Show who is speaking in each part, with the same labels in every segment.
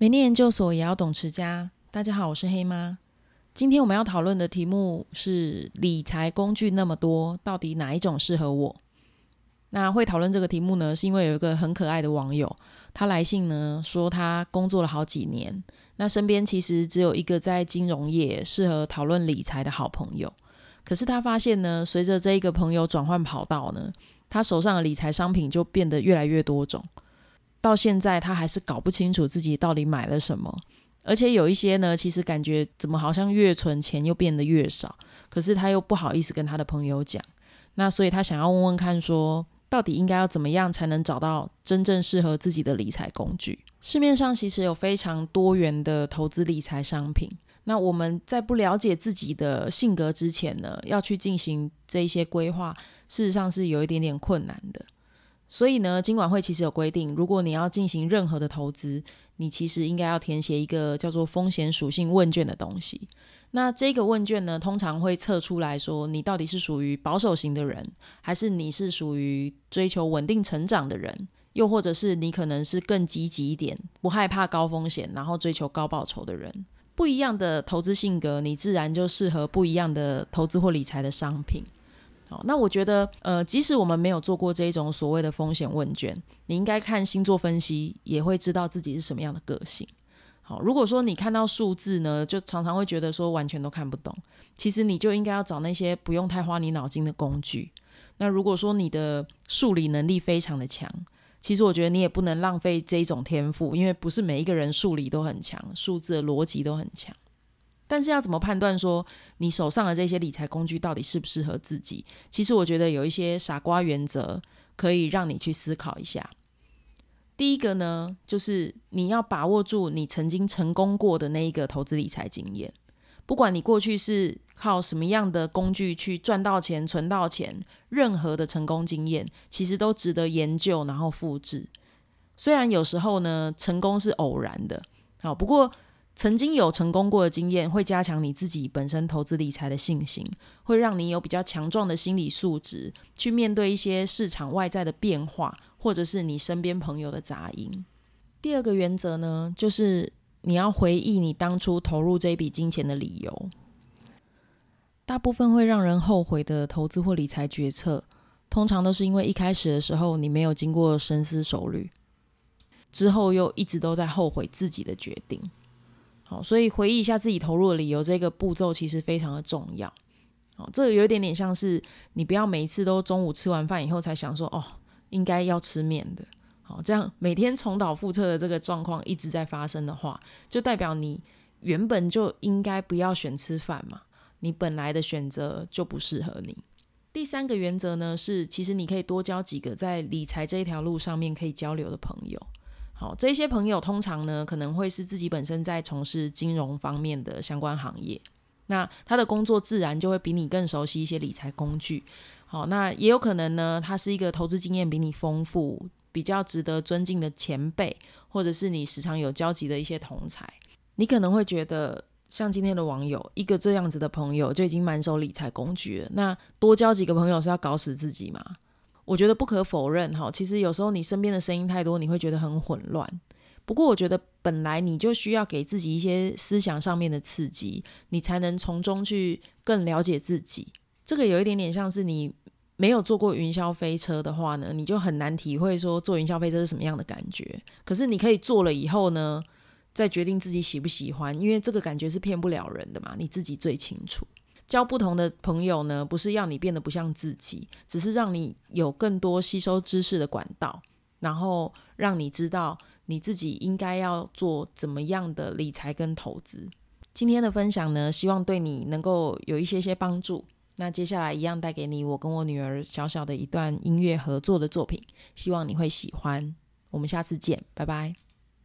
Speaker 1: 没念研究所也要懂持家。大家好，我是黑妈。今天我们要讨论的题目是理财工具那么多，到底哪一种适合我？那会讨论这个题目呢，是因为有一个很可爱的网友，他来信呢说他工作了好几年，那身边其实只有一个在金融业适合讨论理财的好朋友。可是他发现呢，随着这一个朋友转换跑道呢，他手上的理财商品就变得越来越多种。到现在他还是搞不清楚自己到底买了什么，而且有一些呢，其实感觉怎么好像越存钱又变得越少，可是他又不好意思跟他的朋友讲。那所以他想要问问看说，到底应该要怎么样才能找到真正适合自己的理财工具？市面上其实有非常多元的投资理财商品，那我们在不了解自己的性格之前呢，要去进行这一些规划，事实上是有一点点困难的。所以呢，金管会其实有规定，如果你要进行任何的投资，你其实应该要填写一个叫做风险属性问卷的东西。那这个问卷呢，通常会测出来说，你到底是属于保守型的人，还是你是属于追求稳定成长的人，又或者是你可能是更积极一点，不害怕高风险，然后追求高报酬的人。不一样的投资性格，你自然就适合不一样的投资或理财的商品。那我觉得即使我们没有做过这种所谓的风险问卷，你应该看星座分析也会知道自己是什么样的个性。好，如果说你看到数字呢，就常常会觉得说完全都看不懂，其实你就应该要找那些不用太花你脑筋的工具。那如果说你的数理能力非常的强，其实我觉得你也不能浪费这一种天赋，因为不是每一个人数理都很强，数字的逻辑都很强。但是要怎么判断说你手上的这些理财工具到底适不适合自己？其实我觉得有一些傻瓜原则可以让你去思考一下。第一个呢，就是你要把握住你曾经成功过的那一个投资理财经验。不管你过去是靠什么样的工具去赚到钱、存到钱，任何的成功经验其实都值得研究然后复制。虽然有时候呢，成功是偶然的，好，不过曾经有成功过的经验会加强你自己本身投资理财的信心，会让你有比较强壮的心理素质，去面对一些市场外在的变化，或者是你身边朋友的杂音。第二个原则呢，就是你要回忆你当初投入这笔金钱的理由。大部分会让人后悔的投资或理财决策，通常都是因为一开始的时候你没有经过深思熟虑，之后又一直都在后悔自己的决定。好，所以回忆一下自己投入的理由，这个步骤其实非常的重要。好，这有一点点像是你不要每一次都中午吃完饭以后才想说应该要吃面的。好，这样每天重蹈覆辙的这个状况一直在发生的话，就代表你原本就应该不要选吃饭嘛，你本来的选择就不适合你。第三个原则呢，是其实你可以多交几个在理财这一条路上面可以交流的朋友。好，这些朋友通常呢，可能会是自己本身在从事金融方面的相关行业，那他的工作自然就会比你更熟悉一些理财工具。好，那也有可能呢，他是一个投资经验比你丰富，比较值得尊敬的前辈，或者是你时常有交集的一些同侪。你可能会觉得像今天的网友，一个这样子的朋友就已经满手理财工具了，那多交几个朋友是要搞死自己吗？我觉得不可否认，其实有时候你身边的声音太多，你会觉得很混乱。不过我觉得本来你就需要给自己一些思想上面的刺激，你才能从中去更了解自己。这个有一点点像是你没有坐过云霄飞车的话呢，你就很难体会说坐云霄飞车是什么样的感觉。可是你可以坐了以后呢，再决定自己喜不喜欢，因为这个感觉是骗不了人的嘛，你自己最清楚。交不同的朋友呢，不是要你变得不像自己，只是让你有更多吸收知识的管道，然后让你知道你自己应该要做怎么样的理财跟投资。今天的分享呢，希望对你能够有一些帮助。那接下来一样带给你我跟我女儿小小的一段音乐合作的作品，希望你会喜欢。我们下次见，拜拜。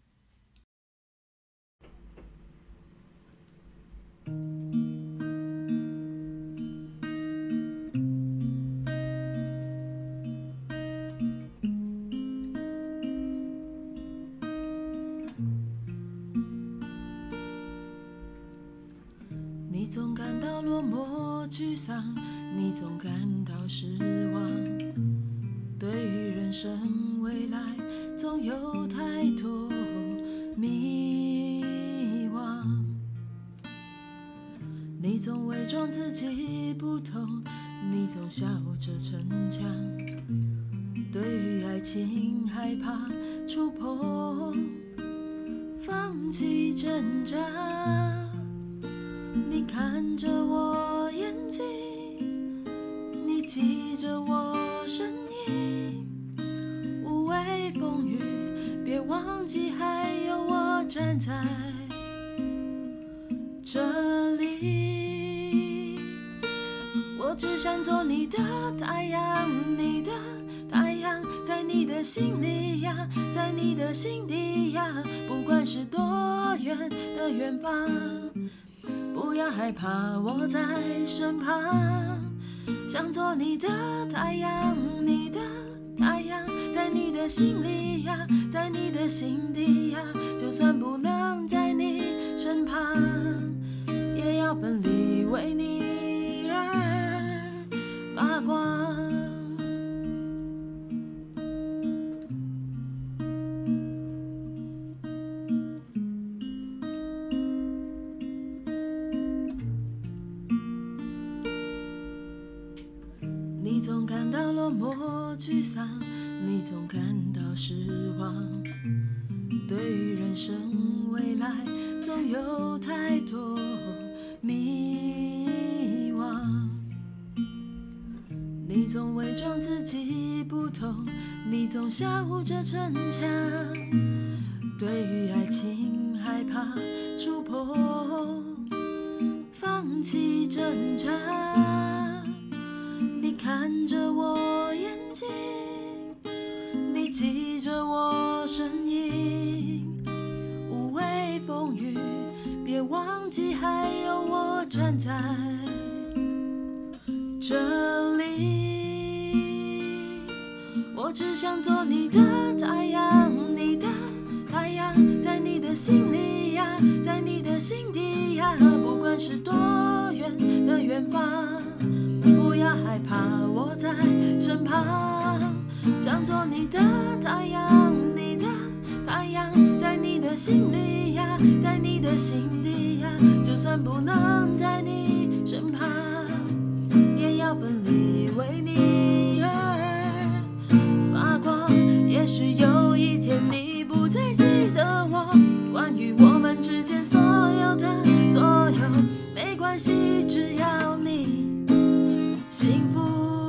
Speaker 1: 你总感到落寞沮丧，你总感到失望，对于人生未来总有太多迷你总伪装自己不同，你总笑着逞强，对于爱情害怕触碰，放弃挣扎。你看着我眼睛，你记着我身影，无畏风雨，别忘记还有我站在这里。我只想做你的太阳，你的太阳，在你的心里呀，在你的心底呀，不管是多远的远方，不要害怕，我在身旁。想做你的太阳，你的太阳，在你的心里呀，在你的心底呀，就算不能在你身旁，也要奋力为你而发光。你总感到落寞沮丧，你总感到失望，对于人生未来总有太多迷惘。你总伪装自己不同，你总笑着逞强，对于爱情害怕触碰，放弃挣扎。你看着我眼睛，你记着我身影，无畏风雨，别忘记还有我站在这里。我只想做你的太阳，你的太阳，在你的心里呀，在你的心底呀，不管是多远的远方，不要害怕，我在身旁。想做你的太阳，你的太阳，在你的心里呀，在你的心底呀，就算不能在你身旁，也要奋力为你而发光。也许有一天你不再记得我，关于我们之间所有的所有，没关系，只要你幸福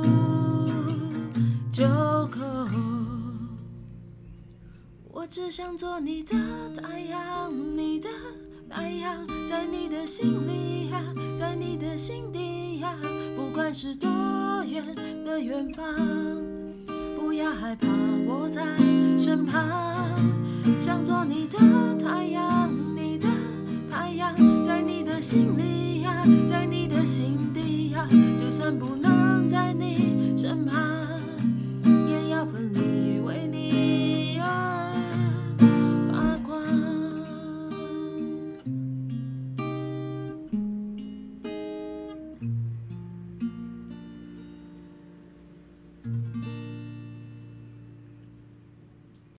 Speaker 1: 就够。我只想做你的太阳，你的太阳，在你的心里呀，在你的心底呀，不管是多远的远方，不要害怕，我在身旁。想做你的太阳，你的太阳，在你的心里呀，在你的心底呀，就算不能在你身旁，